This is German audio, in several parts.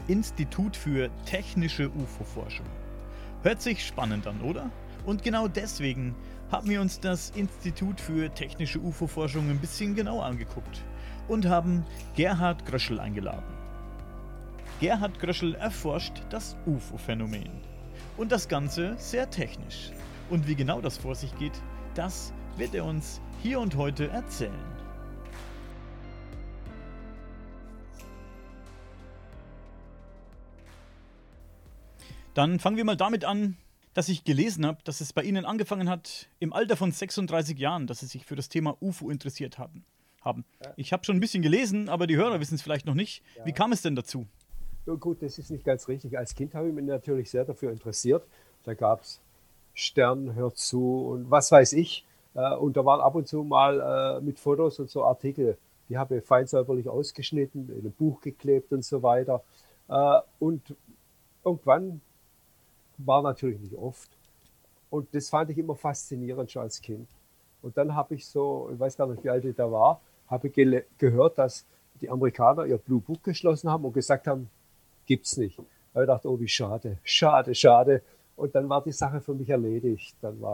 Institut für technische UFO-Forschung. Hört sich spannend an, oder? Und genau deswegen haben wir uns das Institut für technische UFO-Forschung ein bisschen genauer angeguckt und haben Gerhard Gröschel eingeladen. Gerhard Gröschel erforscht das UFO-Phänomen. Und das Ganze sehr technisch. Und wie genau das vor sich geht, das wird er uns hier und heute erzählen. Dann fangen wir mal damit an, dass ich gelesen habe, dass es bei Ihnen angefangen hat im Alter von 36 Jahren, dass Sie sich für das Thema UFO interessiert haben. Ich habe schon ein bisschen gelesen, aber die Hörer wissen es vielleicht noch nicht. Wie kam es denn dazu? Ja, gut, das ist nicht ganz richtig. Als Kind habe ich mich natürlich sehr dafür interessiert. Da gab es Stern, hört zu und was weiß ich. Und da waren ab und zu mal mit Fotos und so Artikel, die habe ich fein säuberlich ausgeschnitten, in ein Buch geklebt und so weiter. Und irgendwann war natürlich nicht oft. Und das fand ich immer faszinierend schon als Kind. Und dann habe ich so, ich weiß gar nicht, wie alt ich da war, habe ich gehört, dass die Amerikaner ihr Blue Book geschlossen haben und gesagt haben, gibt's nicht. Da habe ich gedacht, oh, wie schade, schade, schade. Und dann war die Sache für mich erledigt.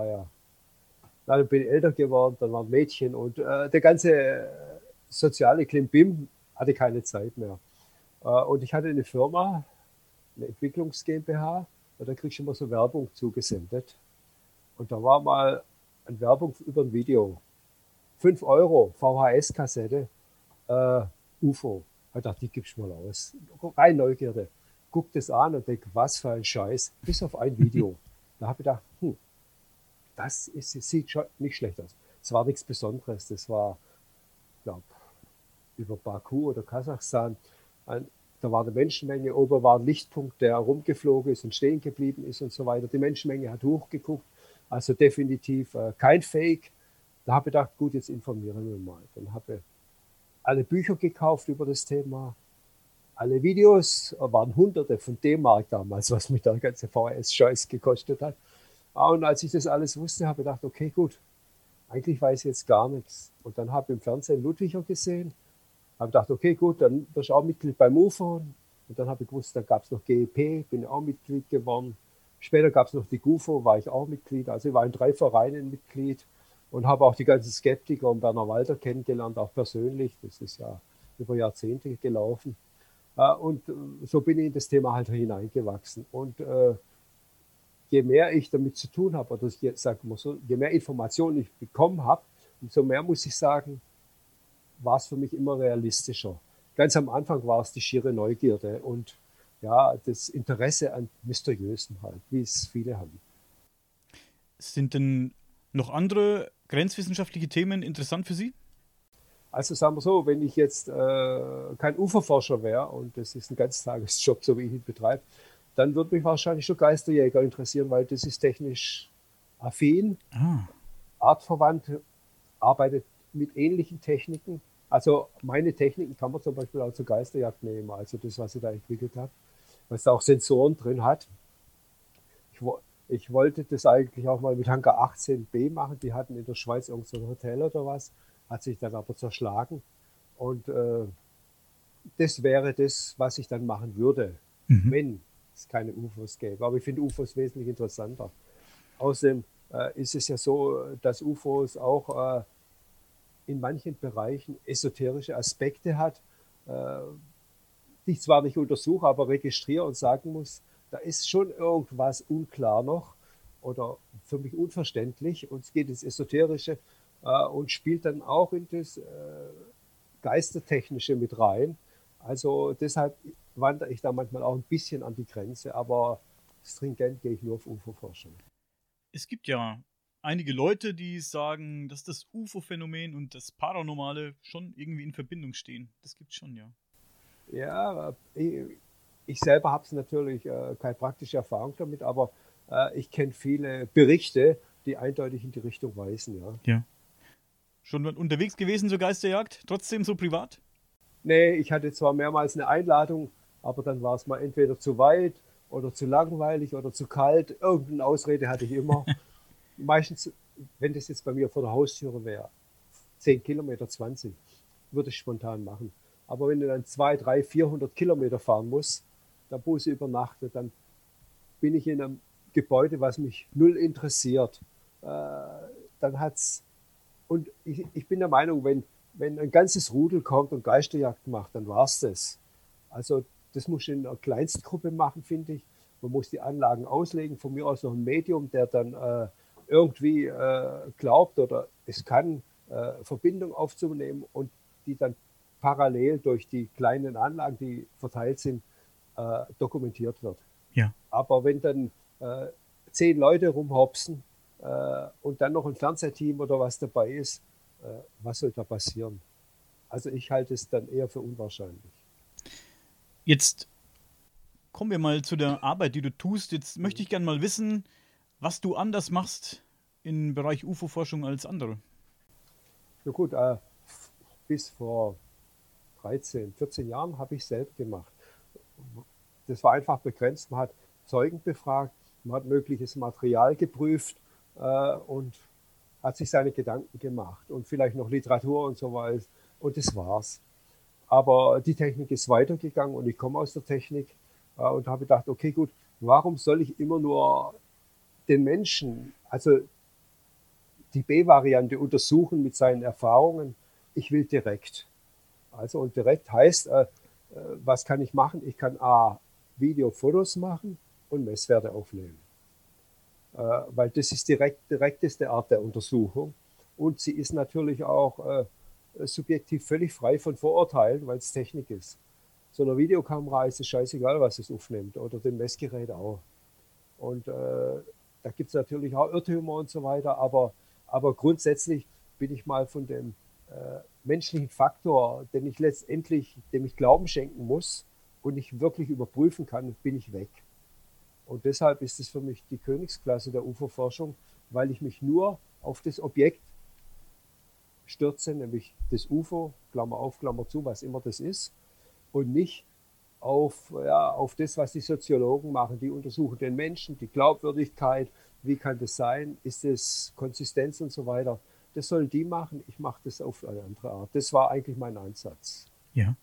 Dann bin ich älter geworden, dann waren Mädchen und der ganze soziale Klimbim hatte keine Zeit mehr. Und ich hatte eine Firma, eine Entwicklungs GmbH, und da kriegst du immer so Werbung zugesendet. Und da war mal eine Werbung über ein Video. 5 € VHS-Kassette, UFO. Ich dachte, die gibst du mal aus. Rein Neugierde. Guck das an und denk, was für ein Scheiß. Bis auf ein Video. Da habe ich gedacht, sieht schon nicht schlecht aus. Es war nichts Besonderes. Das war, glaube über Baku oder Kasachstan. Da war eine Menschenmenge, oben war ein Lichtpunkt, der rumgeflogen ist und stehen geblieben ist und so weiter. Die Menschenmenge hat hochgeguckt, also definitiv kein Fake. Da habe ich gedacht, gut, jetzt informieren wir mal. Dann habe ich alle Bücher gekauft über das Thema, alle Videos, waren Hunderte von D-Mark damals, was mich der ganze VHS-Scheiß gekostet hat. Und als ich das alles wusste, habe ich gedacht, okay, gut, eigentlich weiß ich jetzt gar nichts. Und dann habe ich im Fernsehen Ludwiger gesehen, habe gedacht, okay, gut, dann wirst du auch Mitglied beim UFO. Und dann habe ich gewusst, da gab es noch GEP, bin auch Mitglied geworden. Später gab es noch die GUFO, war ich auch Mitglied. Also ich war in 3 Vereinen Mitglied und habe auch die ganzen Skeptiker und Werner Walter kennengelernt, auch persönlich. Das ist ja über Jahrzehnte gelaufen. Und so bin ich in das Thema halt hineingewachsen. Und je mehr ich damit zu tun habe, oder sagen wir so, je mehr Informationen ich bekommen habe, umso mehr muss ich sagen, war es für mich immer realistischer. Ganz am Anfang war es die schiere Neugierde und ja, das Interesse an Mysteriösen halt, wie es viele haben. Sind denn noch andere grenzwissenschaftliche Themen interessant für Sie? Also sagen wir so, wenn ich jetzt kein Uferforscher wäre und das ist ein Ganztagesjob, so wie ich ihn betreibe, dann würde mich wahrscheinlich schon Geisterjäger interessieren, weil das ist technisch affin, artverwandt, arbeitet mit ähnlichen Techniken. Also meine Techniken kann man zum Beispiel auch zur Geisterjagd nehmen, also das, was ich da entwickelt habe, was da auch Sensoren drin hat. Ich wollte das eigentlich auch mal mit Hangar 18b machen, die hatten in der Schweiz irgend so ein Hotel oder was, hat sich dann aber zerschlagen und das wäre das, was ich dann machen würde, wenn es keine UFOs gäbe. Aber ich finde UFOs wesentlich interessanter. Außerdem ist es ja so, dass UFOs auch in manchen Bereichen esoterische Aspekte hat, die ich zwar nicht untersuche, aber registriere und sagen muss, da ist schon irgendwas unklar noch oder für mich unverständlich und es geht ins Esoterische und spielt dann auch in das Geistertechnische mit rein. Also deshalb wandere ich da manchmal auch ein bisschen an die Grenze, aber stringent gehe ich nur auf UFO-Forschung. Es gibt ja einige Leute, die sagen, dass das UFO-Phänomen und das Paranormale schon irgendwie in Verbindung stehen. Das gibt's schon, ja. Ja, ich selber habe natürlich keine praktische Erfahrung damit, aber ich kenne viele Berichte, die eindeutig in die Richtung weisen, ja. Ja. Schon unterwegs gewesen zur Geisterjagd? Trotzdem so privat? Nee, ich hatte zwar mehrmals eine Einladung, aber dann war es mal entweder zu weit oder zu langweilig oder zu kalt. Irgendeine Ausrede hatte ich immer. Meistens, wenn das jetzt bei mir vor der Haustüre wäre, 10 Kilometer, 20, würde ich spontan machen. Aber wenn du dann 200, 300, 400 Kilometer fahren musst, der Busse übernachtet, dann bin ich in einem Gebäude, was mich null interessiert. Dann hat's, und ich bin der Meinung, wenn ein ganzes Rudel kommt und Geisterjagd macht, dann war es das. Also das muss ich in einer Kleinstgruppe machen, finde ich. Man muss die Anlagen auslegen, von mir aus noch ein Medium, der dann irgendwie glaubt oder es kann, Verbindung aufzunehmen und die dann parallel durch die kleinen Anlagen, die verteilt sind, dokumentiert wird. Ja. Aber wenn dann 10 Leute rumhopsen und dann noch ein Fernsehteam oder was dabei ist, was soll da passieren? Also ich halte es dann eher für unwahrscheinlich. Jetzt kommen wir mal zu der Arbeit, die du tust. Jetzt möchte ich gerne mal wissen, was du anders machst im Bereich UFO-Forschung als andere. Na gut, bis vor 13, 14 Jahren habe ich selbst gemacht. Das war einfach begrenzt. Man hat Zeugen befragt, man hat mögliches Material geprüft und hat sich seine Gedanken gemacht und vielleicht noch Literatur und so weiter. Und das war's. Aber die Technik ist weitergegangen und ich komme aus der Technik und habe gedacht, okay, gut, warum soll ich immer nur den Menschen, also die B-Variante untersuchen mit seinen Erfahrungen? Ich will direkt. Also und direkt heißt, was kann ich machen? Ich kann Video, Fotos machen und Messwerte aufnehmen. Weil das ist direkteste Art der Untersuchung. Und sie ist natürlich auch subjektiv völlig frei von Vorurteilen, weil es Technik ist. So einer Videokamera ist es scheißegal, was es aufnimmt oder dem Messgerät auch. Und da gibt es natürlich auch Irrtümer und so weiter, aber grundsätzlich bin ich mal von dem menschlichen Faktor, dem ich Glauben schenken muss und nicht wirklich überprüfen kann, bin ich weg. Und deshalb ist es für mich die Königsklasse der UFO-Forschung, weil ich mich nur auf das Objekt stürze, nämlich das UFO, Klammer auf, Klammer zu, was immer das ist, und nicht auf das, was die Soziologen machen. Die untersuchen den Menschen, die Glaubwürdigkeit, wie kann das sein, ist es Konsistenz und so weiter. Das sollen die machen, ich mache das auf eine andere Art. Das war eigentlich mein Ansatz. Ja.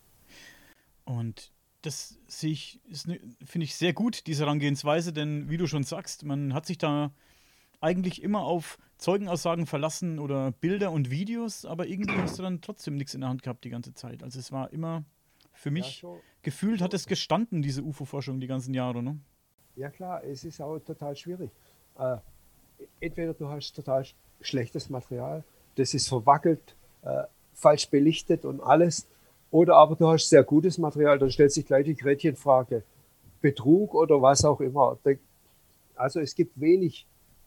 Und das finde ich sehr gut, diese Herangehensweise, denn wie du schon sagst, man hat sich da eigentlich immer auf Zeugenaussagen verlassen oder Bilder und Videos, aber irgendwie hast du dann trotzdem nichts in der Hand gehabt die ganze Zeit. Also es war immer, für mich gefühlt hat es gestanden, diese UFO-Forschung die ganzen Jahre, ne? Ja klar, es ist auch total schwierig. Entweder du hast total schlechtes Material, das ist verwackelt, falsch belichtet und alles, oder aber du hast sehr gutes Material, dann stellt sich gleich die Gretchenfrage, Betrug oder was auch immer. Also es gibt wenig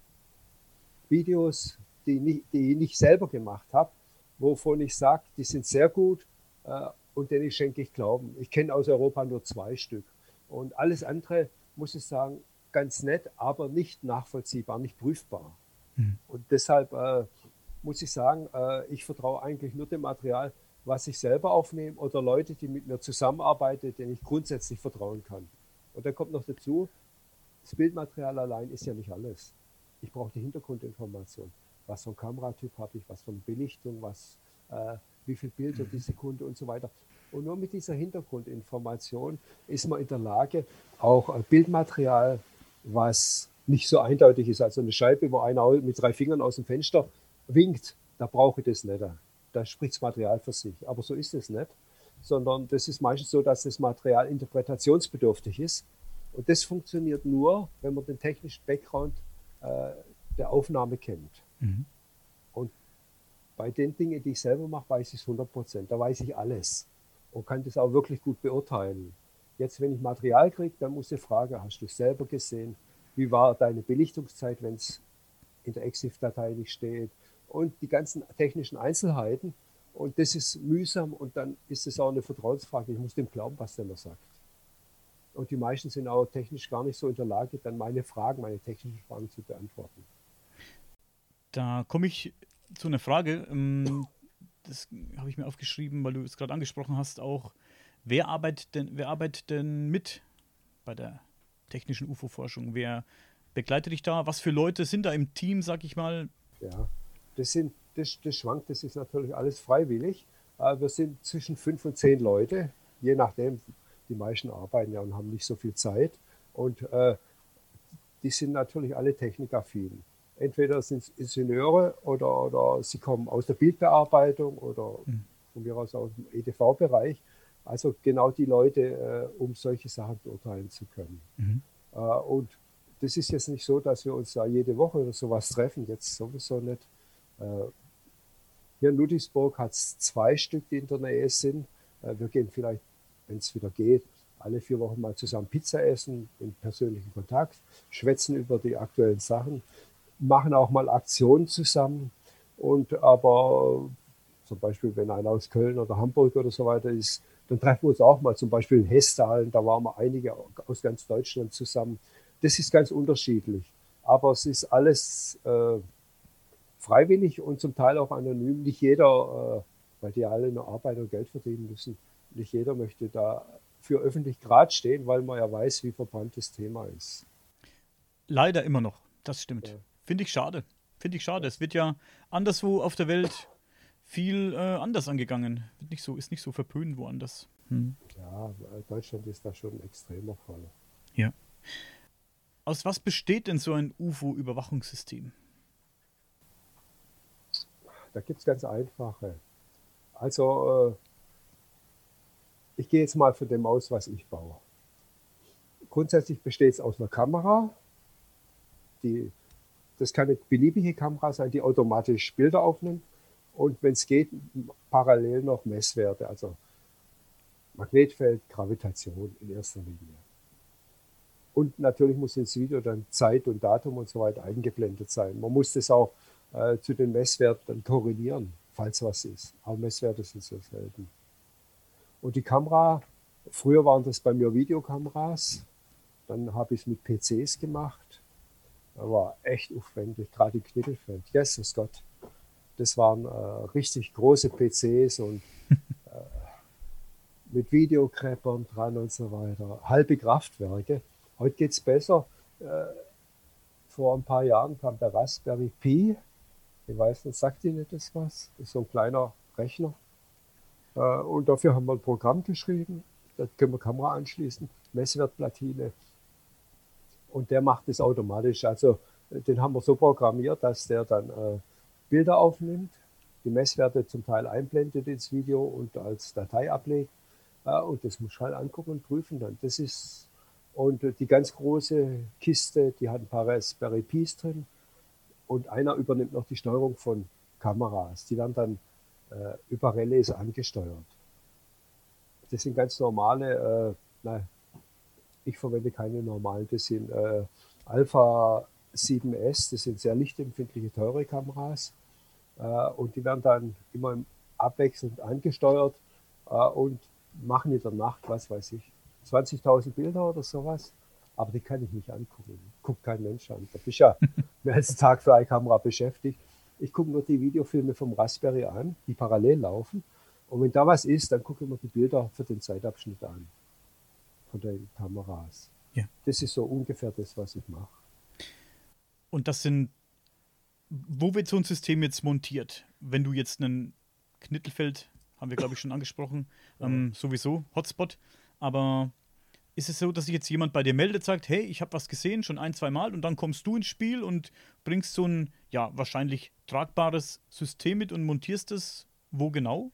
Videos, die ich nicht selber gemacht habe, wovon ich sage, die sind sehr gut und denen schenke ich Glauben. Ich kenne aus Europa nur 2 Stück. Und alles andere, muss ich sagen, ganz nett, aber nicht nachvollziehbar, nicht prüfbar. Und deshalb muss ich sagen, ich vertraue eigentlich nur dem Material, was ich selber aufnehme oder Leute, die mit mir zusammenarbeiten, denen ich grundsätzlich vertrauen kann. Und dann kommt noch dazu, das Bildmaterial allein ist ja nicht alles. Ich brauche die Hintergrundinformation. Was für ein Kameratyp habe ich, was für eine Belichtung, wie viel Bilder die Sekunde und so weiter. Und nur mit dieser Hintergrundinformation ist man in der Lage, auch Bildmaterial, was nicht so eindeutig ist, also eine Scheibe, wo einer mit 3 Fingern aus dem Fenster winkt, da brauche ich das nicht. Da spricht das Material für sich. Aber so ist es nicht, sondern das ist meistens so, dass das Material interpretationsbedürftig ist. Und das funktioniert nur, wenn man den technischen Background der Aufnahme kennt. Mhm. Und bei den Dingen, die ich selber mache, weiß ich es 100%. Da weiß ich alles und kann das auch wirklich gut beurteilen. Jetzt, wenn ich Material kriege, dann muss ich fragen, hast du es selber gesehen? Wie war deine Belichtungszeit, wenn es in der EXIF-Datei nicht steht? Und die ganzen technischen Einzelheiten. Und das ist mühsam und dann ist es auch eine Vertrauensfrage. Ich muss dem glauben, was der mir sagt. Und die meisten sind auch technisch gar nicht so in der Lage, dann meine technischen Fragen zu beantworten. Da komme ich zu einer Frage, das habe ich mir aufgeschrieben, weil du es gerade angesprochen hast, auch, wer arbeitet denn mit bei der technischen UFO-Forschung? Wer begleitet dich da? Was für Leute sind da im Team, sag ich mal? Ja, das schwankt, das ist natürlich alles freiwillig. Wir sind zwischen 5 und 10 Leute, je nachdem, Die meisten arbeiten ja und haben nicht so viel Zeit. Und die sind natürlich alle technikaffin. Entweder sind es Ingenieure oder sie kommen aus der Bildbearbeitung oder Mhm. von mir aus dem EDV-Bereich. Also genau die Leute, um solche Sachen beurteilen zu können. Mhm. Und das ist jetzt nicht so, dass wir uns da jede Woche oder sowas treffen, jetzt sowieso nicht. Äh, Hier in Ludwigsburg hat es 2 Stück, die in der Nähe sind. Wir gehen vielleicht, wenn es wieder geht, alle 4 Wochen mal zusammen Pizza essen, in persönlichen Kontakt, schwätzen über die aktuellen Sachen, machen auch mal Aktionen zusammen. Und aber zum Beispiel, wenn einer aus Köln oder Hamburg oder so weiter ist, dann treffen wir uns auch mal zum Beispiel in Hessdalen. Da waren wir einige aus ganz Deutschland zusammen. Das ist ganz unterschiedlich. Aber es ist alles freiwillig und zum Teil auch anonym. Nicht jeder, weil die alle nur Arbeit und Geld verdienen müssen, nicht jeder möchte da für öffentlich Grad stehen, weil man ja weiß, wie verbrannt das Thema ist. Leider immer noch, das Ja, stimmt. Finde ich schade. Finde ich schade. ja. Es wird ja anderswo auf der Welt viel anders angegangen. Ist nicht so verpönt woanders. Hm. Ja, Deutschland ist da schon ein extremer Fall. Ja. Aus was besteht denn so ein UFO-Überwachungssystem? Da gibt es ganz einfache. Also ich gehe jetzt mal von dem aus, was ich baue. Grundsätzlich besteht es aus einer Kamera. Die, Das kann eine beliebige Kamera sein, die automatisch Bilder aufnimmt. Und wenn es geht, parallel noch Messwerte, also Magnetfeld, Gravitation in erster Linie. Und natürlich muss ins Video dann Zeit und Datum und so weiter eingeblendet sein. Man muss das auch zu den Messwerten dann korrelieren, falls was ist. Aber Messwerte sind so selten. Und die Kamera, früher waren das bei mir Videokameras, dann habe ich es mit PCs gemacht. Das war echt aufwendig, gerade in Knittelfeld. Jesus Gott, das waren richtig große PCs und mit Videokreppern dran und so weiter. Halbe Kraftwerke. Heute geht es besser. Vor ein paar Jahren kam der Raspberry Pi. Ich weiß nicht, sagt Ihnen das was? Das ist so ein kleiner Rechner. Und dafür haben wir ein Programm geschrieben. Da können wir Kamera anschließen, Messwertplatine. Und der macht das automatisch. Also den haben wir so programmiert, dass der dann Bilder aufnimmt, die Messwerte zum Teil einblendet ins Video und als Datei ablegt. Und das muss ich halt angucken und prüfen dann. Das ist, und die ganz große Kiste, die hat ein paar Raspberry Pis drin. Und einer übernimmt noch die Steuerung von Kameras. Die werden dann über Relais angesteuert. Das sind ganz normale, nein, ich verwende keine normalen, das sind Alpha 7S, das sind sehr lichtempfindliche, teure Kameras. Und die werden dann immer abwechselnd angesteuert und machen in der Nacht, was weiß ich, 20.000 Bilder oder sowas. Aber die kann ich nicht angucken. Guckt kein Mensch an. Da bist ja mehr als einen Tag für eine Kamera beschäftigt. Ich gucke nur die Videofilme vom Raspberry an, die parallel laufen. Und wenn da was ist, dann gucke ich mir die Bilder für den Zeitabschnitt an. Von den Kameras. Ja. Das ist so ungefähr das, was ich mache. Und wo wird so ein System jetzt montiert? Wenn du jetzt einen Knittelfeld, haben wir glaube ich schon angesprochen, sowieso, Hotspot, aber ist es so, dass sich jetzt jemand bei dir meldet, sagt, hey, ich habe was gesehen, schon 1, 2 Mal und dann kommst du ins Spiel und bringst so ein, ja, wahrscheinlich tragbares System mit und montierst es wo genau?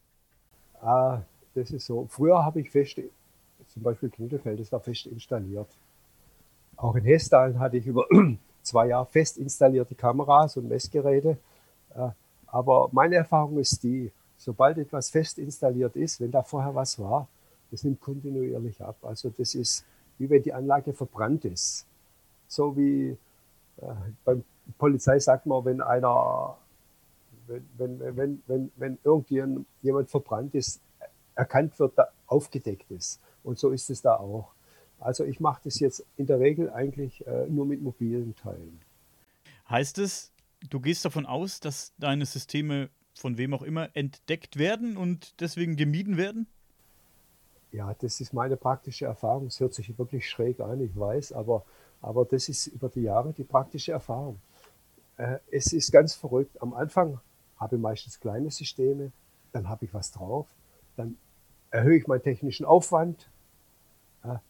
Das ist so. Früher habe ich zum Beispiel Knittelfeld, das war fest installiert. Auch in Hessdalen hatte ich über 2 Jahre fest installierte Kameras und Messgeräte. Aber meine Erfahrung ist die, sobald etwas fest installiert ist, wenn da vorher was war, das nimmt kontinuierlich ab. Also das ist, wie wenn die Anlage verbrannt ist. So wie beim Polizei sagt man, wenn irgendjemand verbrannt ist, erkannt wird, aufgedeckt ist. Und so ist es da auch. Also ich mache das jetzt in der Regel eigentlich nur mit mobilen Teilen. Heißt es, du gehst davon aus, dass deine Systeme von wem auch immer entdeckt werden und deswegen gemieden werden? Ja, das ist meine praktische Erfahrung. Es hört sich wirklich schräg an, ich weiß, aber das ist über die Jahre die praktische Erfahrung. Es ist ganz verrückt. Am Anfang habe ich meistens kleine Systeme, dann habe ich was drauf, dann erhöhe ich meinen technischen Aufwand,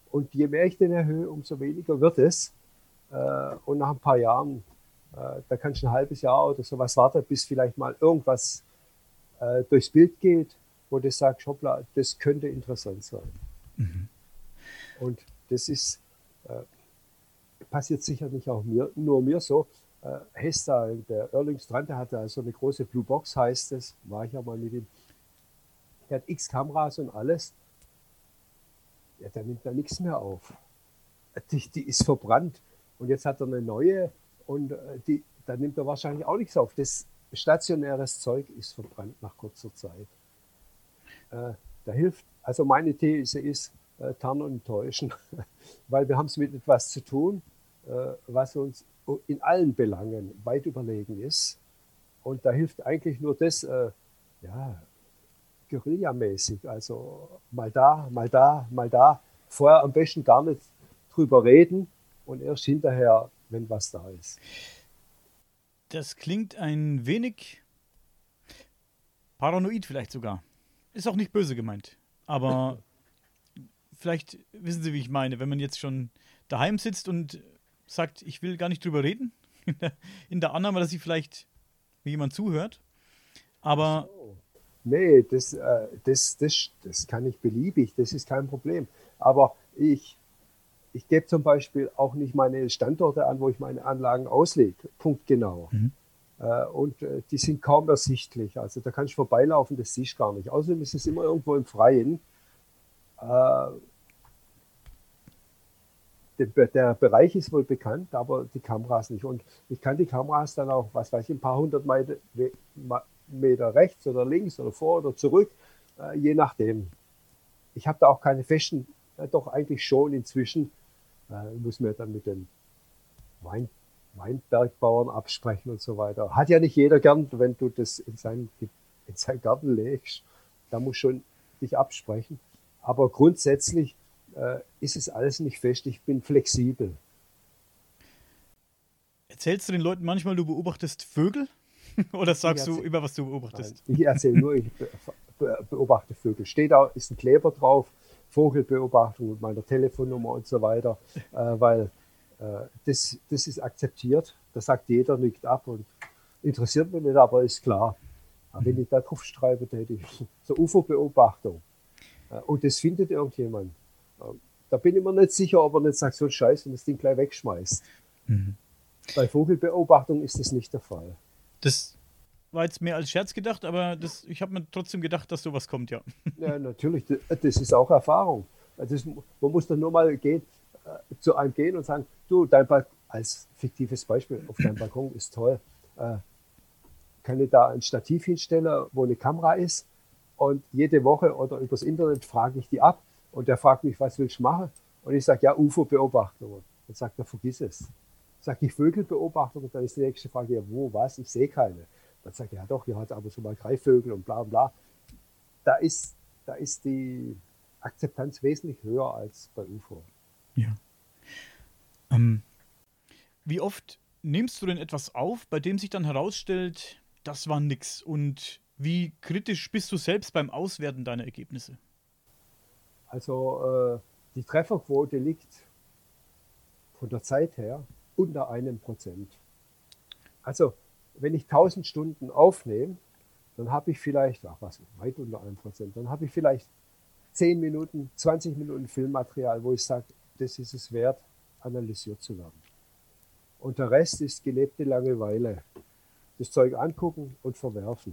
Und je mehr ich den erhöhe, umso weniger wird es. Und nach ein paar Jahren, da kannst du ein halbes Jahr oder sowas warten, bis vielleicht mal irgendwas durchs Bild geht, wo du sagst, hoppla, das könnte interessant sein. Und das ist, passiert sicher nicht auch nur mir so. Hesta, der Erlingstrand, der hatte also eine große Blue Box, heißt es, war ich ja mal mit ihm. Der hat x Kameras und alles. Ja, der nimmt da nichts mehr auf. Die ist verbrannt. Und jetzt hat er eine neue und da nimmt er wahrscheinlich auch nichts auf. Das stationäres Zeug ist verbrannt nach kurzer Zeit. Da hilft, also meine These ist, tarnen und täuschen, weil wir haben es mit etwas zu tun, was uns in allen Belangen weit überlegen ist. Und da hilft eigentlich nur das, ja, Guerillamäßig, also mal da, mal da, mal da. Vorher am besten gar nicht drüber reden und erst hinterher, wenn was da ist. Das klingt ein wenig paranoid vielleicht sogar. Ist auch nicht böse gemeint. Aber vielleicht wissen Sie, wie ich meine. Wenn man jetzt schon daheim sitzt und sagt, ich will gar nicht drüber reden, in der Annahme, dass sich vielleicht jemand zuhört. Aber So. Nee, das kann ich beliebig, das ist kein Problem. Aber ich gebe zum Beispiel auch nicht meine Standorte an, wo ich meine Anlagen auslege, punktgenau. Und die sind kaum ersichtlich. Also da kannst du vorbeilaufen, das siehst du gar nicht. Außerdem ist es immer irgendwo im Freien. Der Bereich ist wohl bekannt, aber die Kameras nicht. Und ich kann die Kameras dann auch, was weiß ich, ein paar hundert Meter rechts oder links oder vor oder zurück, je nachdem. Ich habe da auch keine festen, doch eigentlich schon inzwischen, muss mir dann mit den Weinbergbauern absprechen und so weiter. Hat ja nicht jeder gern, wenn du das in seinen Garten legst. Da muss schon dich absprechen. Aber grundsätzlich ist es alles nicht fest. Ich bin flexibel. erzählst du den Leuten manchmal, du beobachtest Vögel? Oder Ich sagst du erzähl, immer, was du nein, beobachtest? ich erzähle nur, ich beobachte Vögel. Steht da, ist ein Kleber drauf, Vogelbeobachtung mit meiner Telefonnummer und so weiter, weil das ist akzeptiert. Da sagt jeder, nickt ab und interessiert mich nicht, aber ist klar. Aber wenn ich da drauf schreibe, dann hätte ich so UFO-Beobachtung. Und das findet irgendjemand. Da bin ich mir nicht sicher, ob er nicht sagt, so ein Scheiß und das Ding gleich wegschmeißt. Bei Vogelbeobachtung ist das nicht der Fall. Das war jetzt mehr als Scherz gedacht, aber ich habe mir trotzdem gedacht, dass sowas kommt, ja. Ja, natürlich, das ist auch Erfahrung. Man muss dann nur mal zu einem gehen und sagen, du, als fiktives Beispiel, auf deinem Balkon ist toll, kann ich da ein Stativ hinstellen, wo eine Kamera ist und jede Woche oder übers Internet frage ich die ab und der fragt mich, was willst du machen? Und ich sage, ja, UFO-Beobachtungen. Dann sagt er, vergiss es. Sag ich Vögelbeobachtung, dann ist die nächste Frage, ja, wo, was? Ich sehe keine. Dann sagt er, ja doch, hier hat aber schon mal Greifvögel und bla bla. Da ist die Akzeptanz wesentlich höher als bei UFO. Ja. Ähm, wie oft nimmst du denn etwas auf, bei dem sich dann herausstellt, das war nix? Und wie kritisch bist du selbst beim Auswerten deiner Ergebnisse? Also die Trefferquote liegt von der Zeit her unter 1%. Also wenn ich 1000 Stunden aufnehme, dann habe ich vielleicht, weit unter 1%, dann habe ich vielleicht 10 Minuten, 20 Minuten Filmmaterial, wo ich sage, das ist es wert, analysiert zu werden. Und der Rest ist gelebte Langeweile. Das Zeug angucken und verwerfen.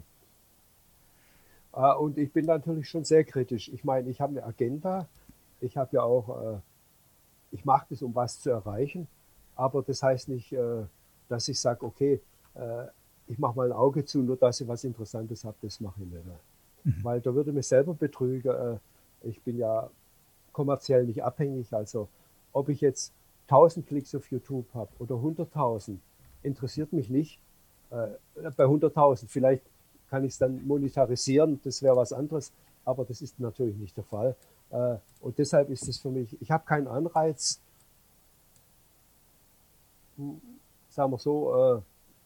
Und ich bin natürlich schon sehr kritisch. Ich meine, ich habe eine Agenda. Ich habe ja auch, ich mache das, um was zu erreichen. Aber das heißt nicht, dass ich sage, okay, ich mache mal ein Auge zu, nur dass ich was Interessantes habe, das mache ich nicht. Weil da würde mich selber betrügen. Ich bin ja kommerziell nicht abhängig. Also ob ich jetzt 1000 Klicks auf YouTube habe oder 100.000, interessiert mich nicht. Bei 100.000 vielleicht kann ich es dann monetarisieren, das wäre was anderes, aber das ist natürlich nicht der Fall. Und deshalb ist es für mich, ich habe keinen Anreiz, sagen wir so,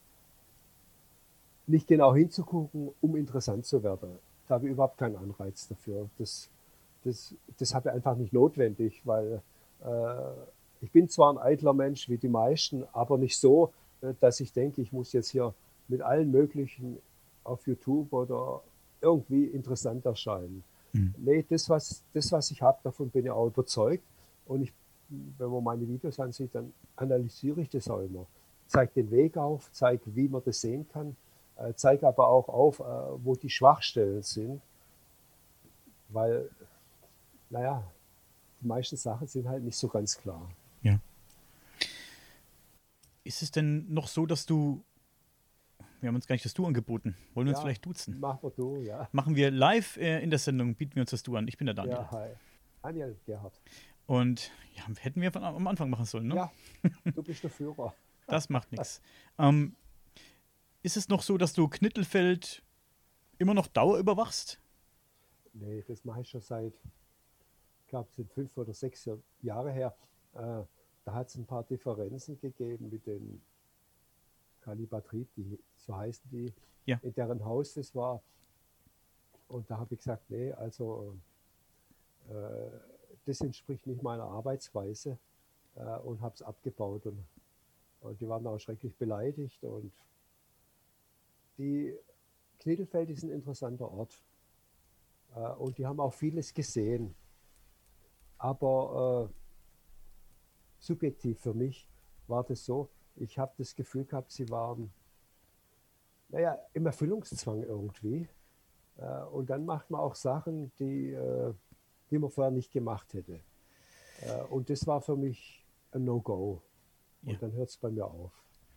nicht genau hinzugucken, um interessant zu werden. Da habe ich überhaupt keinen Anreiz dafür. Das habe ich einfach nicht notwendig, weil Ich bin zwar ein eitler Mensch wie die meisten, aber nicht so, dass ich denke, ich muss jetzt hier mit allen möglichen auf YouTube oder irgendwie interessant erscheinen. Mhm. Nee, das, was ich habe, davon bin ich auch überzeugt. Und wenn man meine Videos ansieht, dann analysiere ich das auch immer. Zeige den Weg auf, zeige, wie man das sehen kann, zeige aber auch auf, wo die Schwachstellen sind, weil, naja, die meisten Sachen sind halt nicht so ganz klar. Ja. Ist es denn noch so, dass wir haben uns gar nicht das Du angeboten. Wollen wir uns Ja, vielleicht duzen? mach mal du, ja. Machen wir live in der Sendung, bieten wir uns das Du an. Ich bin der Daniel. Ja, hi. Daniel Gerhard. Und ja, hätten wir am Anfang machen sollen, ne? Ja, du bist der Führer. Das macht nichts. Ist es noch so, dass du Knittelfeld immer noch dauerüberwachst? Nee, das mache ich schon seit, ich glaube, es sind 5 oder 6 Jahre her. Da hat es ein paar Differenzen gegeben mit den Kalibertrieb, so heißen die, Ja. in deren Haus das war. Und da habe ich gesagt, nee, also das entspricht nicht meiner Arbeitsweise und habe es abgebaut. Und die waren auch schrecklich beleidigt. Und die Knittelfeld ist ein interessanter Ort. Und die haben auch vieles gesehen. Aber subjektiv für mich war das so, ich habe das Gefühl gehabt, sie waren, naja, im Erfüllungszwang irgendwie. Und dann macht man auch Sachen, die man vorher nicht gemacht hätte. Und das war für mich ein No-Go. Ja. Und dann hört es bei mir auf.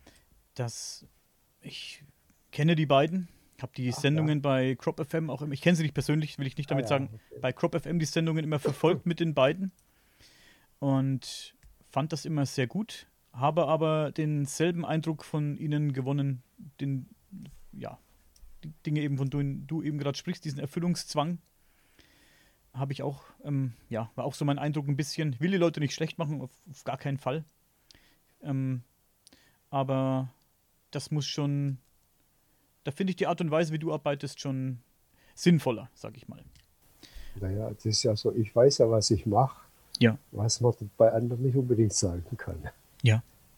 Ich kenne die beiden, habe die Ach, Sendungen ja. bei Crop FM auch immer, ich kenne sie nicht persönlich, will ich nicht damit Ja, sagen, okay. bei Crop FM die Sendungen immer verfolgt mit den beiden und fand das immer sehr gut, habe aber denselben Eindruck von ihnen gewonnen, ja, die Dinge eben, von denen du eben gerade sprichst, diesen Erfüllungszwang, habe ich auch, ja, war auch so mein Eindruck ein bisschen, will die Leute nicht schlecht machen, auf gar keinen Fall, aber das muss schon, da finde ich die Art und Weise, wie du arbeitest, schon sinnvoller, sag ich mal. Naja, das ist ja so, ich weiß ja, was ich mache, Ja. was man bei anderen nicht unbedingt sagen kann. Ja.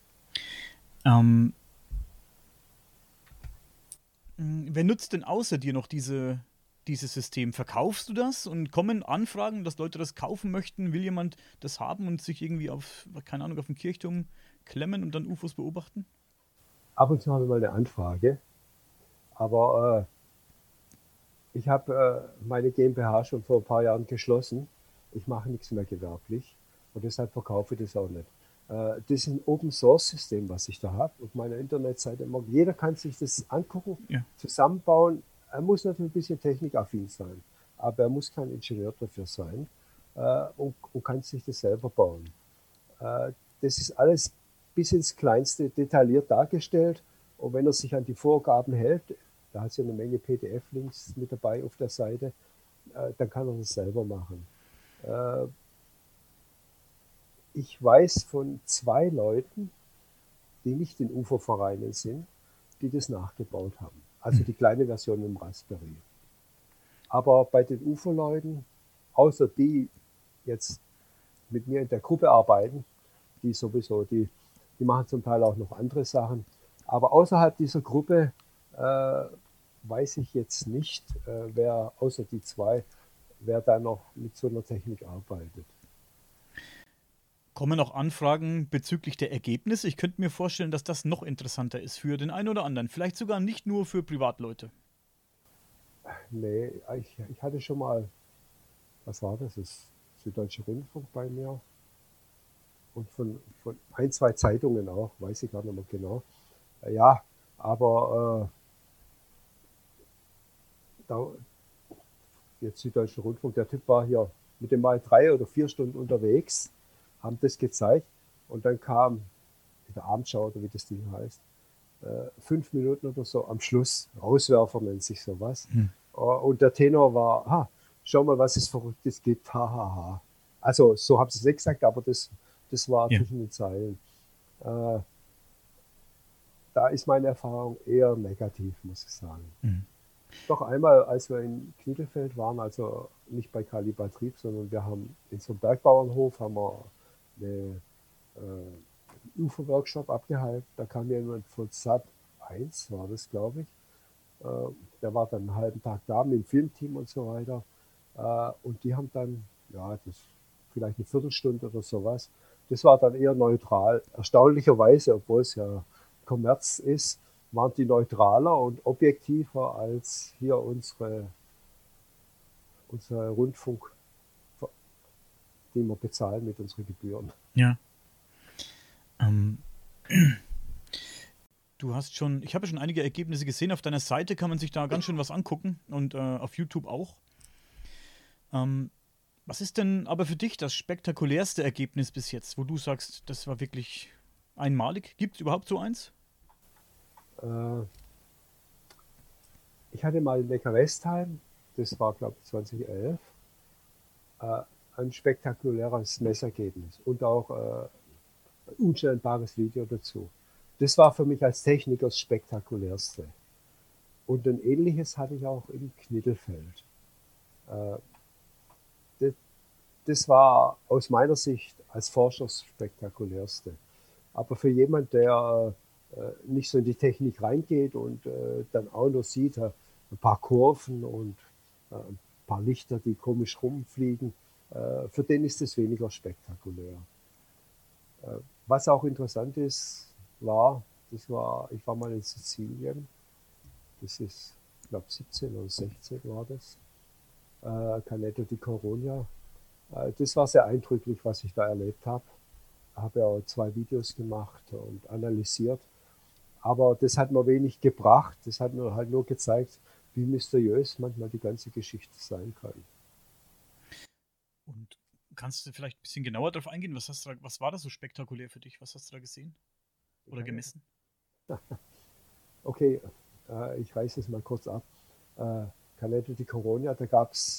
Wer nutzt denn außer dir noch dieses System? Verkaufst du das und kommen Anfragen, dass Leute das kaufen möchten? Will jemand das haben und sich irgendwie auf, keine Ahnung, auf den Kirchturm klemmen und dann UFOs beobachten? Ab und zu habe ich mal eine Anfrage, aber ich habe meine GmbH schon vor ein paar Jahren geschlossen. Ich mache nichts mehr gewerblich und deshalb verkaufe ich das auch nicht. Das ist ein Open-Source-System, was ich da habe, auf meiner Internetseite. Jeder kann sich das angucken, Ja. zusammenbauen. Er muss natürlich ein bisschen technikaffin sein, aber er muss kein Ingenieur dafür sein und kann sich das selber bauen. Das ist alles bis ins Kleinste detailliert dargestellt und wenn er sich an die Vorgaben hält, da hat es ja eine Menge PDF-Links mit dabei auf der Seite, dann kann er das selber machen. Ich weiß von 2 Leuten, die nicht in UFO-Vereinen sind, die das nachgebaut haben. Also die kleine Version im Raspberry. Aber bei den UFO-Leuten, außer die jetzt mit mir in der Gruppe arbeiten, die sowieso, die machen zum Teil auch noch andere Sachen. Aber außerhalb dieser Gruppe weiß ich jetzt nicht, wer außer die 2, wer da noch mit so einer Technik arbeitet. Kommen auch Anfragen bezüglich der Ergebnisse? Ich könnte mir vorstellen, dass das noch interessanter ist für den einen oder anderen. Vielleicht sogar nicht nur für Privatleute. Nee, ich hatte schon mal, was war das? Das Süddeutsche Rundfunk bei mir und von 1, 2 Zeitungen auch, weiß ich gar nicht mehr genau. Ja, aber jetzt Süddeutsche Rundfunk, der Typ war hier mit dem mal 3 oder 4 Stunden unterwegs, haben das gezeigt und dann kam in der Abendschau oder wie das Ding heißt, 5 Minuten oder so am Schluss, Rauswerfer nennt sich sowas. Und der Tenor war, schau mal, was es Verrücktes gibt, hahaha. Also so haben sie es nicht gesagt, aber das war zwischen den Zeilen. Da ist meine Erfahrung eher negativ, muss ich sagen. Doch einmal, als wir in Knittelfeld waren, also nicht bei Kalibertrieb, sondern wir haben in so einem Bergbauernhof haben wir eine UFO-Workshop abgehalten. Da kam jemand von Sat 1, war das, glaube ich. Der war dann einen halben Tag da mit dem Filmteam und so weiter. Und die haben dann, ja, das vielleicht eine Viertelstunde oder sowas. Das war dann eher neutral. Erstaunlicherweise, obwohl es ja Kommerz ist, waren die neutraler und objektiver als hier unsere Rundfunk, den wir bezahlen mit unseren Gebühren. Ja. Du hast schon, ich habe ja schon einige Ergebnisse gesehen. Auf deiner Seite kann man sich da ganz schön was angucken und auf YouTube auch. Was ist denn aber für dich das spektakulärste Ergebnis bis jetzt, wo du sagst, das war wirklich einmalig? Gibt es überhaupt so eins? Äh, Ich hatte mal in Neckar-Westheim, das war glaube ich 2011, äh, ein spektakuläres Messergebnis und auch ein unscheinbares Video dazu. Das war für mich als Techniker das spektakulärste. Und ein ähnliches hatte ich auch im Knittelfeld. Äh, das, das war aus meiner Sicht als Forscher das spektakulärste. Aber für jemand, der nicht so in die Technik reingeht und dann auch noch sieht, ein paar Kurven und ein paar Lichter, die komisch rumfliegen, für den ist es weniger spektakulär. Was auch interessant ist, ich war mal in Sizilien, das ist, ich glaube 17 oder 16 war das, Caneto di Coronia. Das war sehr eindrücklich, was ich da erlebt habe. Habe ja auch 2 Videos gemacht und analysiert. Aber das hat mir wenig gebracht. Das hat mir halt nur gezeigt, wie mysteriös manchmal die ganze Geschichte sein kann. Und kannst du vielleicht ein bisschen genauer darauf eingehen? Was war das so spektakulär für dich? Was hast du da gesehen oder gemessen? Okay, ich reiße es mal kurz ab. Caneto di Coronia, da gab es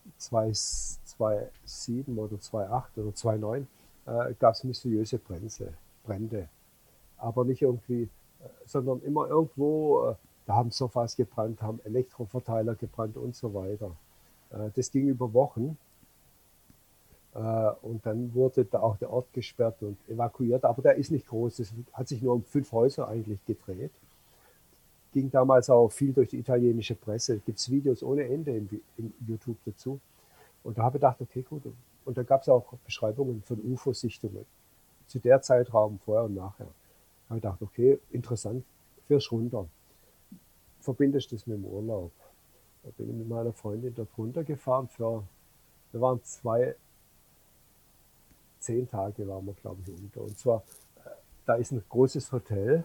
2007 oder 2008 oder 2009 gab es mysteriöse Brände. Aber nicht irgendwie, sondern immer irgendwo, da haben Sofas gebrannt, haben Elektroverteiler gebrannt und so weiter. Das ging über Wochen. Und dann wurde da auch der Ort gesperrt und evakuiert. Aber der ist nicht groß. Es hat sich nur um 5 Häuser eigentlich gedreht. Ging damals auch viel durch die italienische Presse. Da gibt es Videos ohne Ende im YouTube dazu. Und da habe ich gedacht, okay, gut. Und da gab es auch Beschreibungen von UFO-Sichtungen zu der Zeitraum vorher und nachher. Da habe ich gedacht, okay, interessant, fährst runter. Verbindest das mit dem Urlaub. Da bin ich mit meiner Freundin dort runtergefahren. Wir waren 10 Tage waren wir, glaube ich, unter. Und zwar, da ist ein großes Hotel,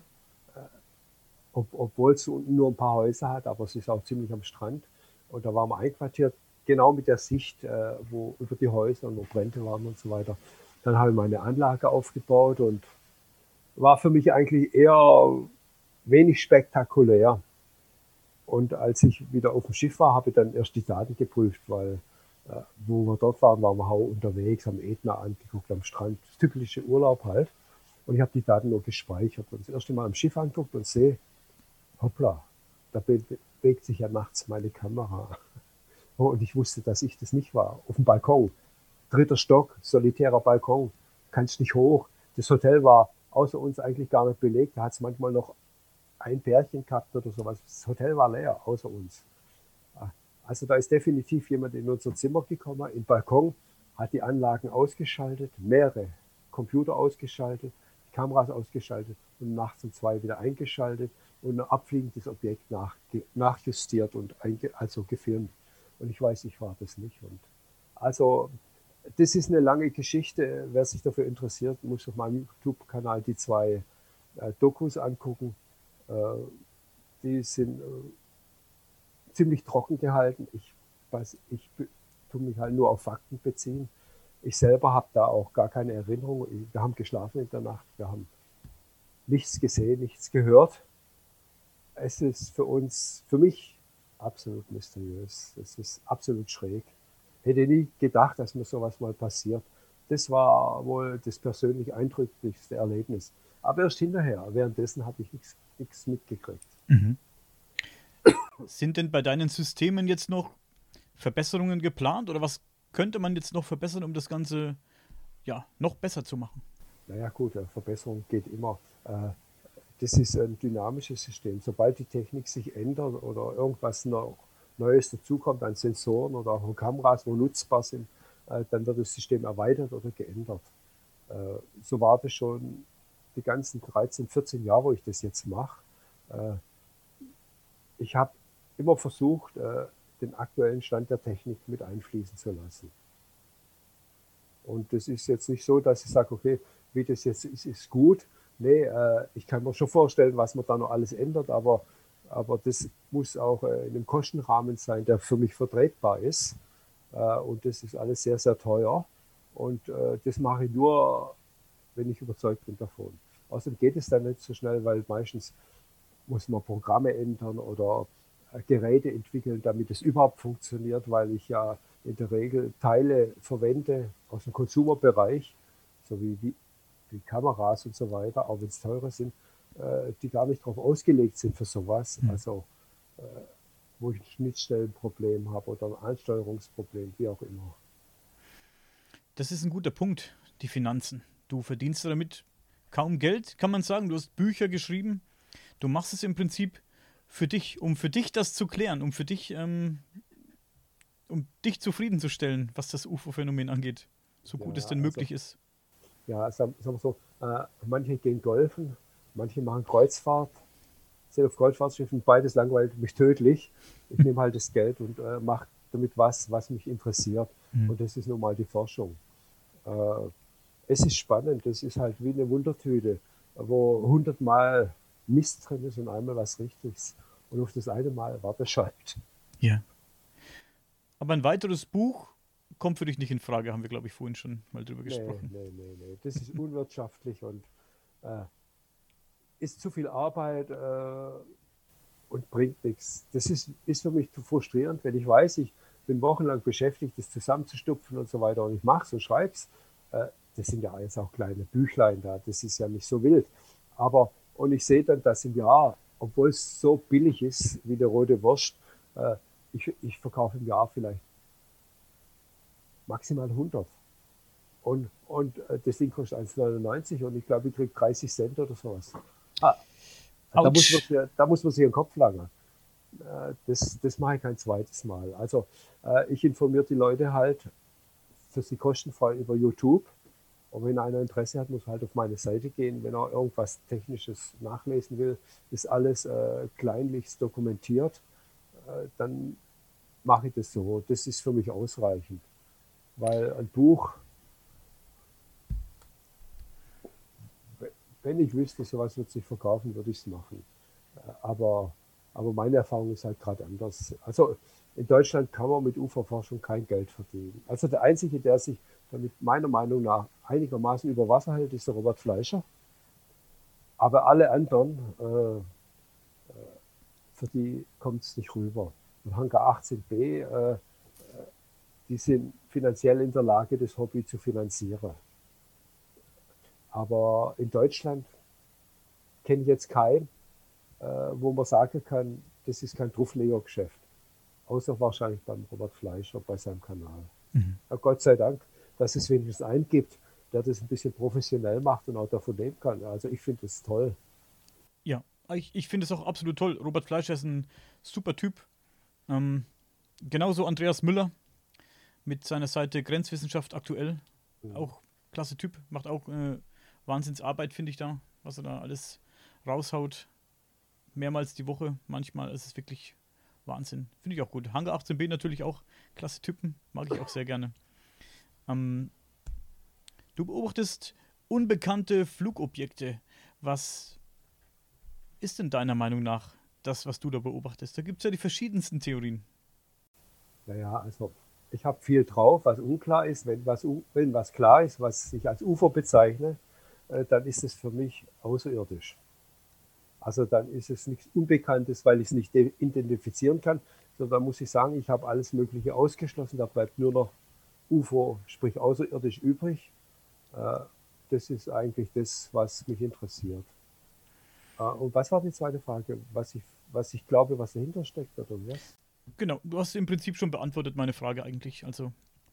obwohl es nur ein paar Häuser hat, aber es ist auch ziemlich am Strand. Und da waren wir einquartiert, genau mit der Sicht, wo über die Häuser und wo Brände waren und so weiter. Dann habe ich meine Anlage aufgebaut und war für mich eigentlich eher wenig spektakulär. Und als ich wieder auf dem Schiff war, habe ich dann erst die Daten geprüft, weil wo wir dort waren wir auch unterwegs, haben Ätna angeguckt am Strand, das typische Urlaub halt. Und ich habe die Daten nur gespeichert und das erste Mal am Schiff angeguckt und sehe, hoppla, da bewegt sich ja nachts meine Kamera. Oh, und ich wusste, dass ich das nicht war. Auf dem Balkon, 3. Stock, solitärer Balkon, kannst nicht hoch. Das Hotel war außer uns eigentlich gar nicht belegt. Da hat es manchmal noch ein Pärchen gehabt oder sowas. Das Hotel war leer, außer uns. Also da ist definitiv jemand in unser Zimmer gekommen, im Balkon, hat die Anlagen ausgeschaltet, mehrere Computer ausgeschaltet, die Kameras ausgeschaltet und nachts um 2 wieder eingeschaltet und ein abfliegendes Objekt nachjustiert und also gefilmt. Und ich weiß, ich war das nicht. Und also das ist eine lange Geschichte. Wer sich dafür interessiert, muss auf meinem YouTube-Kanal die 2 Dokus angucken. Die sind ziemlich trocken gehalten. Ich tue mich halt nur auf Fakten beziehen. Ich selber habe da auch gar keine Erinnerung. Wir haben geschlafen in der Nacht. Wir haben nichts gesehen, nichts gehört. Es ist für mich absolut mysteriös. Es ist absolut schräg. Hätte nie gedacht, dass mir sowas mal passiert. Das war wohl das persönlich eindrücklichste Erlebnis. Aber erst hinterher. Währenddessen habe ich nichts mitgekriegt. Mhm. Sind denn bei deinen Systemen jetzt noch Verbesserungen geplant oder was könnte man jetzt noch verbessern, um das Ganze ja, noch besser zu machen? Naja gut, Verbesserung geht immer. Das ist ein dynamisches System. Sobald die Technik sich ändert oder irgendwas noch Neues dazukommt an Sensoren oder auch an Kameras, wo nutzbar sind, dann wird das System erweitert oder geändert. So war das schon die ganzen 13, 14 Jahre, wo ich das jetzt mache. Ich habe immer versucht, den aktuellen Stand der Technik mit einfließen zu lassen. Und das ist jetzt nicht so, dass ich sage, okay, wie das jetzt ist gut. Nee, ich kann mir schon vorstellen, was man da noch alles ändert, aber das muss auch in einem Kostenrahmen sein, der für mich vertretbar ist. Und das ist alles sehr, sehr teuer. Und das mache ich nur, wenn ich überzeugt bin davon. Außerdem geht es dann nicht so schnell, weil meistens muss man Programme ändern oder Geräte entwickeln, damit es überhaupt funktioniert, weil ich ja in der Regel Teile verwende aus dem Konsumerbereich, so wie Kameras und so weiter, auch wenn es teure sind, die gar nicht darauf ausgelegt sind für sowas. Also wo ich ein Schnittstellenproblem habe oder ein Ansteuerungsproblem, wie auch immer. Das ist ein guter Punkt, die Finanzen. Du verdienst damit kaum Geld, kann man sagen. Du hast Bücher geschrieben. Du machst es im Prinzip für dich, um für dich das zu klären, um für dich, um dich zufriedenzustellen, was das UFO-Phänomen angeht, so gut es Ja, denn also, möglich ist. ja, sagen wir so, manche gehen golfen, manche machen Kreuzfahrt, sind auf Kreuzfahrtschiffen, beides langweilt mich tödlich. Ich nehme halt das Geld und mache damit was mich interessiert. Mhm. Und das ist nun mal die Forschung. Äh, Es ist spannend, das ist halt wie eine Wundertüte, wo 100 Mal Mist drin ist und einmal was Richtiges. Und auf das eine Mal war das halt. Ja. Aber ein weiteres Buch kommt für dich nicht in Frage, haben wir, glaube ich, vorhin schon mal drüber Nee, gesprochen. nee, nee, nee. Das ist unwirtschaftlich und äh, ist zu viel Arbeit und bringt nichts. Das ist für mich zu frustrierend, wenn ich weiß, ich bin wochenlang beschäftigt, das zusammenzustupfen und so weiter und ich mache es und schreibe es. Das sind ja jetzt auch kleine Büchlein da, das ist ja nicht so wild. Aber, und ich sehe dann, dass im Jahr, obwohl es so billig ist wie der rote Wurst, äh, ich verkaufe im Jahr vielleicht maximal 100. Und das Ding kostet 1,99 und ich glaube, ich kriege 30 Cent oder sowas. Ah, Autsch. da muss man sich den Kopf langen. Das mache ich kein zweites Mal. Also ich informiere die Leute halt für sie kostenfrei über YouTube. Und wenn einer Interesse hat, muss er halt auf meine Seite gehen. Wenn er irgendwas Technisches nachlesen will, ist alles kleinlichst dokumentiert, dann mache ich das so. Das ist für mich ausreichend. Weil ein Buch, wenn ich wüsste, sowas wird sich verkaufen, würde ich es machen. Aber, aber meine Erfahrung ist halt gerade anders. Also in Deutschland kann man mit Uferforschung kein Geld verdienen. Also der Einzige, der sich damit meiner Meinung nach einigermaßen über Wasser hält, ist der Robert Fleischer. Aber alle anderen, für die kommt es nicht rüber. Und Hangar 18b, die sind finanziell in der Lage, das Hobby zu finanzieren. Aber in Deutschland kenne ich jetzt keinen, wo man sagen kann, das ist kein Trufflegergeschäft. Außer wahrscheinlich beim Robert Fleischer bei seinem Kanal. Mhm. Ja, Gott sei Dank, dass es wenigstens einen gibt, der das ein bisschen professionell macht und auch davon leben kann. Also ich finde das toll. Ja, ich finde es auch absolut toll. Robert Fleischer ist ein super Typ. Ähm, genauso Andreas Müller mit seiner Seite Grenzwissenschaft aktuell. Auch klasse Typ, macht auch Wahnsinnsarbeit, finde ich da, was er da alles raushaut. Mehrmals die Woche, manchmal ist es wirklich Wahnsinn. Finde ich auch gut. Hangar 18b natürlich auch klasse Typen, mag ich auch sehr gerne. Ähm, du beobachtest unbekannte Flugobjekte. Was ist denn deiner Meinung nach das, was du da beobachtest? Da gibt es ja die verschiedensten Theorien. Naja, also ich habe viel drauf, was unklar ist. Wenn was klar ist, was ich als UFO bezeichne, dann ist es für mich außerirdisch. Also dann ist es nichts Unbekanntes, weil ich es nicht identifizieren kann, sondern da muss ich sagen, ich habe alles Mögliche ausgeschlossen. Da bleibt nur noch UFO, sprich außerirdisch übrig. Äh, Das ist eigentlich das, was mich interessiert. Und was war die zweite Frage? Was ich glaube, was dahinter steckt oder was? Genau, du hast im Prinzip schon beantwortet meine Frage eigentlich. Also,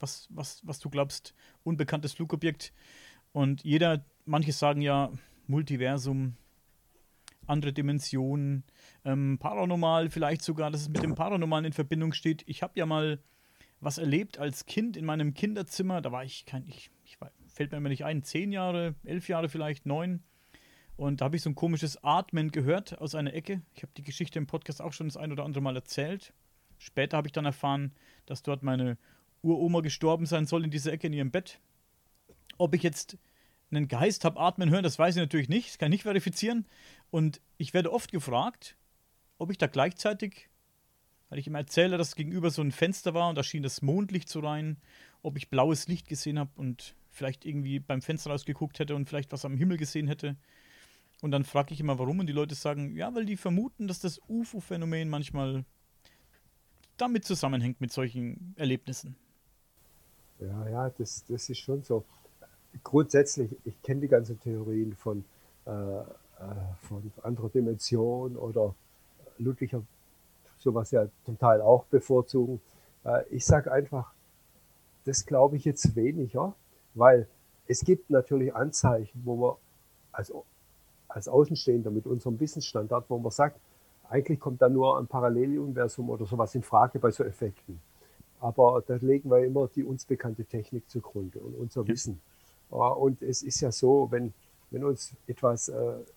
was du glaubst, unbekanntes Flugobjekt. Und manche sagen ja Multiversum, andere Dimensionen, paranormal, vielleicht sogar, dass es mit dem Paranormalen in Verbindung steht. Ich habe ja mal was erlebt als Kind in meinem Kinderzimmer. Da war fällt mir immer nicht ein, 10 Jahre, 11 Jahre vielleicht, 9. Und da habe ich so ein komisches Atmen gehört aus einer Ecke. Ich habe die Geschichte im Podcast auch schon das ein oder andere Mal erzählt. Später habe ich dann erfahren, dass dort meine Uroma gestorben sein soll in dieser Ecke in ihrem Bett. Ob ich jetzt einen Geist habe atmen hören, das weiß ich natürlich nicht. Das kann ich nicht verifizieren. Und ich werde oft gefragt, ob ich da gleichzeitig, weil ich immer erzähle, dass gegenüber so ein Fenster war und da schien das Mondlicht so rein, ob ich blaues Licht gesehen habe und vielleicht irgendwie beim Fenster rausgeguckt hätte und vielleicht was am Himmel gesehen hätte. Und dann frage ich immer, warum. Und die Leute sagen, ja, weil die vermuten, dass das UFO-Phänomen manchmal damit zusammenhängt mit solchen Erlebnissen. Ja, das ist schon so. Grundsätzlich, ich kenne die ganzen Theorien von anderer Dimension oder Ludwiger sowas ja zum Teil auch bevorzugen. Ich sage einfach, das glaube ich jetzt weniger, weil es gibt natürlich Anzeichen, wo wir als Außenstehender mit unserem Wissensstandard, wo man sagt, eigentlich kommt da nur ein Paralleluniversum oder sowas in Frage bei so Effekten. Aber da legen wir immer die uns bekannte Technik zugrunde und unser Wissen. Und es ist ja so, wenn uns etwas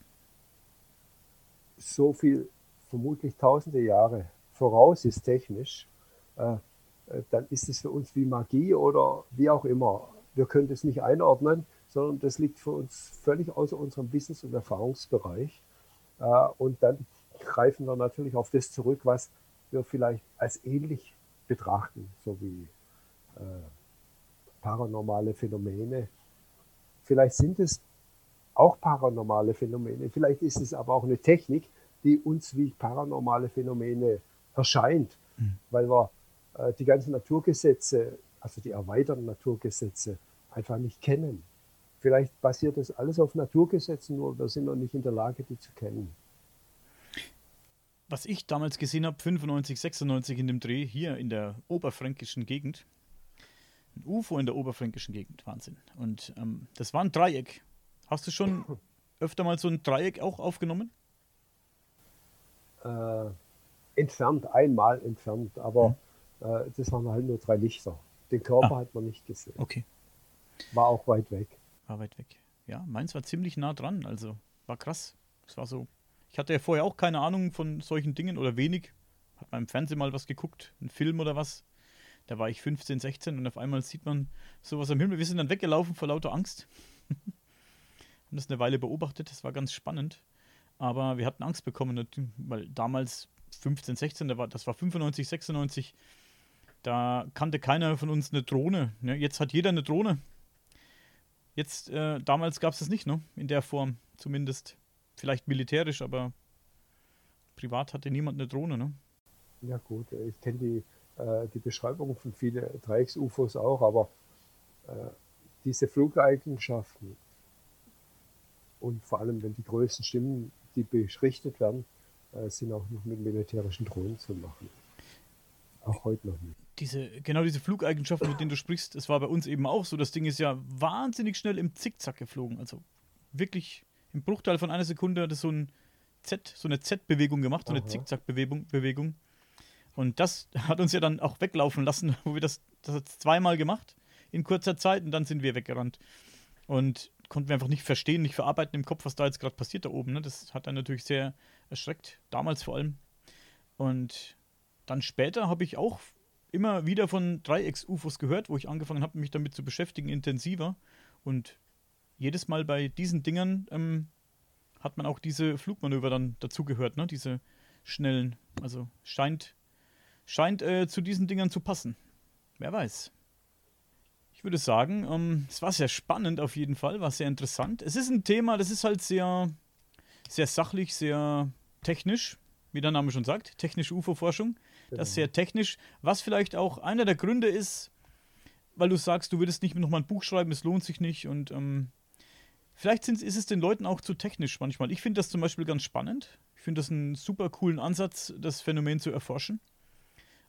so viel, vermutlich tausende Jahre voraus ist technisch, dann ist es für uns wie Magie oder wie auch immer. Wir können das nicht einordnen, sondern das liegt für uns völlig außer unserem Wissens- und Erfahrungsbereich. Und dann greifen wir natürlich auf das zurück, was wir vielleicht als ähnlich betrachten, so wie paranormale Phänomene. Vielleicht sind es auch paranormale Phänomene, vielleicht ist es aber auch eine Technik, die uns wie paranormale Phänomene erscheint, weil wir die ganzen Naturgesetze, also die erweiterten Naturgesetze, einfach nicht kennen. Vielleicht basiert das alles auf Naturgesetzen, nur wir sind noch nicht in der Lage, die zu kennen. Was ich damals gesehen habe, 95, 96 in dem Dreh, hier in der oberfränkischen Gegend, ein UFO in der oberfränkischen Gegend, Wahnsinn. Und das war ein Dreieck. Hast du schon öfter mal so ein Dreieck auch aufgenommen? Einmal entfernt, aber das waren halt nur 3 Lichter. Den Körper hat man nicht gesehen. Okay. War auch weit weg. War weit weg. Ja, meins war ziemlich nah dran, also war krass. Es war so. Ich hatte ja vorher auch keine Ahnung von solchen Dingen oder wenig. Hab mal im Fernsehen mal was geguckt, einen Film oder was. Da war ich 15, 16 und auf einmal sieht man sowas am Himmel. Wir sind dann weggelaufen vor lauter Angst. Haben das eine Weile beobachtet, das war ganz spannend. Aber wir hatten Angst bekommen, weil damals 15, 16, das war 95, 96, da kannte keiner von uns eine Drohne. Ne? Jetzt hat jeder eine Drohne. Damals gab es das nicht, ne? In der Form zumindest. Vielleicht militärisch, aber privat hatte niemand eine Drohne, ne? Ja gut, ich kenne die Beschreibung von vielen Dreiecks-UFOs auch, aber diese Flugeigenschaften und vor allem, wenn die Größen stimmen, die berichtet werden, sind auch noch mit militärischen Drohnen zu machen. Auch heute noch nicht. Diese Flugeigenschaften, mit denen du sprichst, es war bei uns eben auch so. Das Ding ist ja wahnsinnig schnell im Zickzack geflogen. Also wirklich im Bruchteil von einer Sekunde hat es so eine Z-Bewegung gemacht, so eine Zickzack-Bewegung. Und das hat uns ja dann auch weglaufen lassen, wo wir das hat zweimal gemacht in kurzer Zeit und dann sind wir weggerannt. Und konnten wir einfach nicht verstehen, nicht verarbeiten im Kopf, was da jetzt gerade passiert da oben. Ne? Das hat dann natürlich sehr erschreckt, damals vor allem. Und dann später habe ich auch immer wieder von Dreiecks-UFOs gehört, wo ich angefangen habe, mich damit zu beschäftigen, intensiver. Und jedes Mal bei diesen Dingern hat man auch diese Flugmanöver dann dazugehört, ne? Diese schnellen. Also scheint zu diesen Dingern zu passen. Wer weiß. Ich würde sagen, es war sehr spannend auf jeden Fall, war sehr interessant. Es ist ein Thema, das ist halt sehr, sehr sachlich, sehr technisch, wie der Name schon sagt, technische UFO-Forschung. Genau. Das ist sehr technisch, was vielleicht auch einer der Gründe ist, weil du sagst, du würdest nicht nochmal ein Buch schreiben, es lohnt sich nicht und vielleicht ist es den Leuten auch zu technisch manchmal. Ich finde das zum Beispiel ganz spannend. Ich finde das einen super coolen Ansatz, das Phänomen zu erforschen.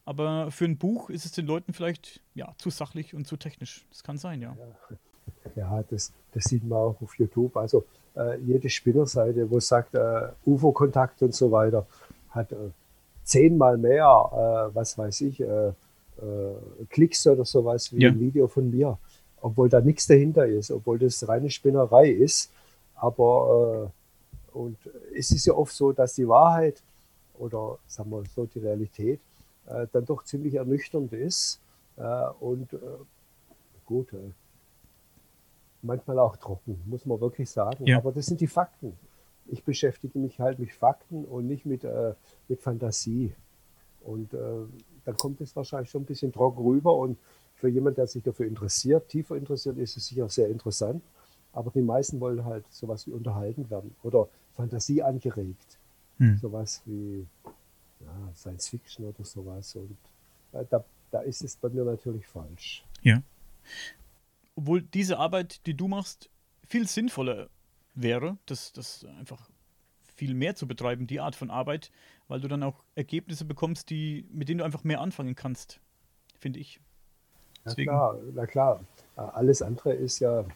aber für ein Buch ist es den Leuten vielleicht zu sachlich und zu technisch. Das kann sein, ja. Ja, das sieht man auch auf YouTube. Also jede Spinnerseite, wo es sagt, UFO-Kontakt und so weiter, hat 10-mal mehr, was weiß ich, Klicks oder sowas wie Ja, ein Video von mir. Obwohl da nichts dahinter ist, obwohl das reine Spinnerei ist. Aber und es ist ja oft so, dass die Wahrheit oder sagen wir so die Realität dann doch ziemlich ernüchternd ist. Und gut, manchmal auch trocken, muss man wirklich sagen. ja, Aber das sind die Fakten. Ich beschäftige mich halt mit Fakten und nicht mit Fantasie. Und dann kommt es wahrscheinlich schon ein bisschen trocken rüber. Und für jemanden, der sich dafür interessiert, tiefer interessiert, ist es sicher sehr interessant. Aber die meisten wollen halt sowas wie unterhalten werden oder Fantasie angeregt. hm, Sowas wie Science Fiction oder sowas. Und da ist es bei mir natürlich falsch. ja. Obwohl diese Arbeit, die du machst, viel sinnvoller wäre, das einfach viel mehr zu betreiben, die Art von Arbeit, weil du dann auch Ergebnisse bekommst, mit denen du einfach mehr anfangen kannst, finde ich. Deswegen, Na klar. Alles andere ist ja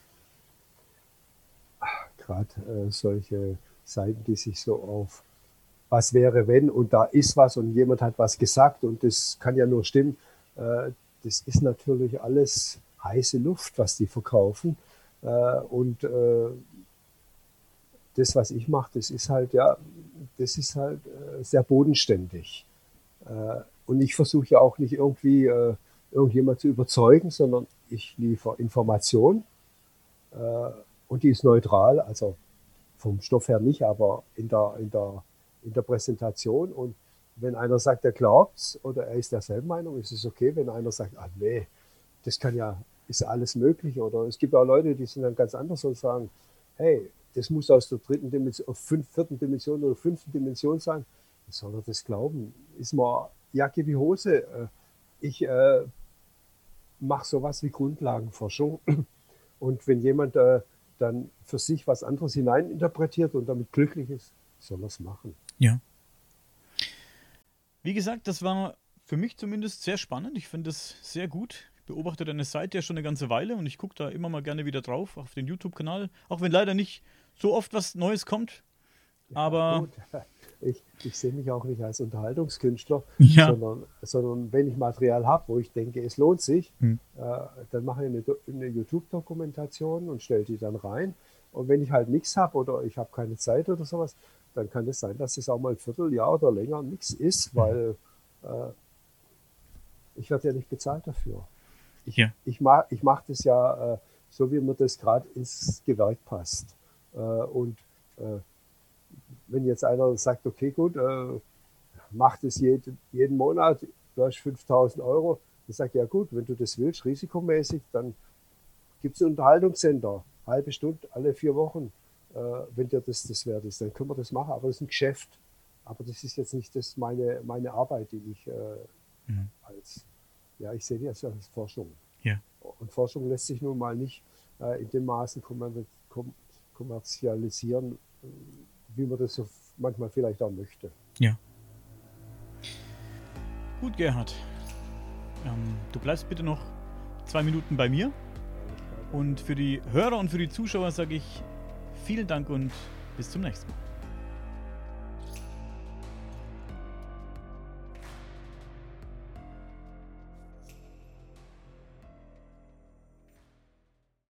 gerade solche Seiten, die sich so auf was wäre, wenn und da ist was und jemand hat was gesagt und das kann ja nur stimmen. Das ist natürlich alles heiße Luft, was die verkaufen. Und das, was ich mache, das ist halt sehr bodenständig. Und ich versuche ja auch nicht irgendwie irgendjemand zu überzeugen, sondern ich liefere Information und die ist neutral, also vom Stoff her nicht, aber in der Präsentation. Und wenn einer sagt, er glaubt's oder er ist derselben Meinung, ist es okay. Wenn einer sagt, ah nee, das kann ja, ist alles möglich. Oder es gibt auch Leute, die sind dann ganz anders und sagen, hey, das muss aus der dritten Dimension, vierten Dimension oder fünften Dimension sein. Soll er das glauben? Ist mir Jacke wie Hose. Ich mache sowas wie Grundlagenforschung. Und wenn jemand dann für sich was anderes hineininterpretiert und damit glücklich ist, soll er es machen. ja. Wie gesagt, das war für mich zumindest sehr spannend. Ich finde es sehr gut. Ich beobachte deine Seite ja schon eine ganze Weile und ich gucke da immer mal gerne wieder drauf auf den YouTube-Kanal. Auch wenn leider nicht so oft was Neues kommt. Ja, Aber gut. Ich sehe mich auch nicht als Unterhaltungskünstler, ja. sondern wenn ich Material habe, wo ich denke, es lohnt sich, Hm. dann mache ich eine YouTube-Dokumentation und stelle die dann rein. Und wenn ich halt nichts habe oder ich habe keine Zeit oder sowas, dann kann es sein, dass es auch mal ein Vierteljahr oder länger nichts ist, Mhm. weil ich werde ja nicht bezahlt dafür. Ja. Ich mach das ja so, wie mir das gerade ins Gewerk passt. Und äh, wenn jetzt einer sagt, okay, gut, mach das jeden Monat, du hast 5.000 Euro, dann sage ich, ja gut, wenn du das willst, risikomäßig, dann gibt es einen Unterhaltungssender, halbe Stunde, alle 4 Wochen, wenn dir das wert ist, dann können wir das machen, aber das ist ein Geschäft. Aber das ist jetzt nicht meine Arbeit, die ich Mhm. ich sehe die als Forschung. Ja. Und Forschung lässt sich nun mal nicht in dem Maßen kommerzialisieren, wie man das so manchmal vielleicht auch möchte. Ja. Gut, Gerhard. Du bleibst bitte noch 2 Minuten bei mir. Und für die Hörer und für die Zuschauer sage ich vielen Dank und bis zum nächsten Mal.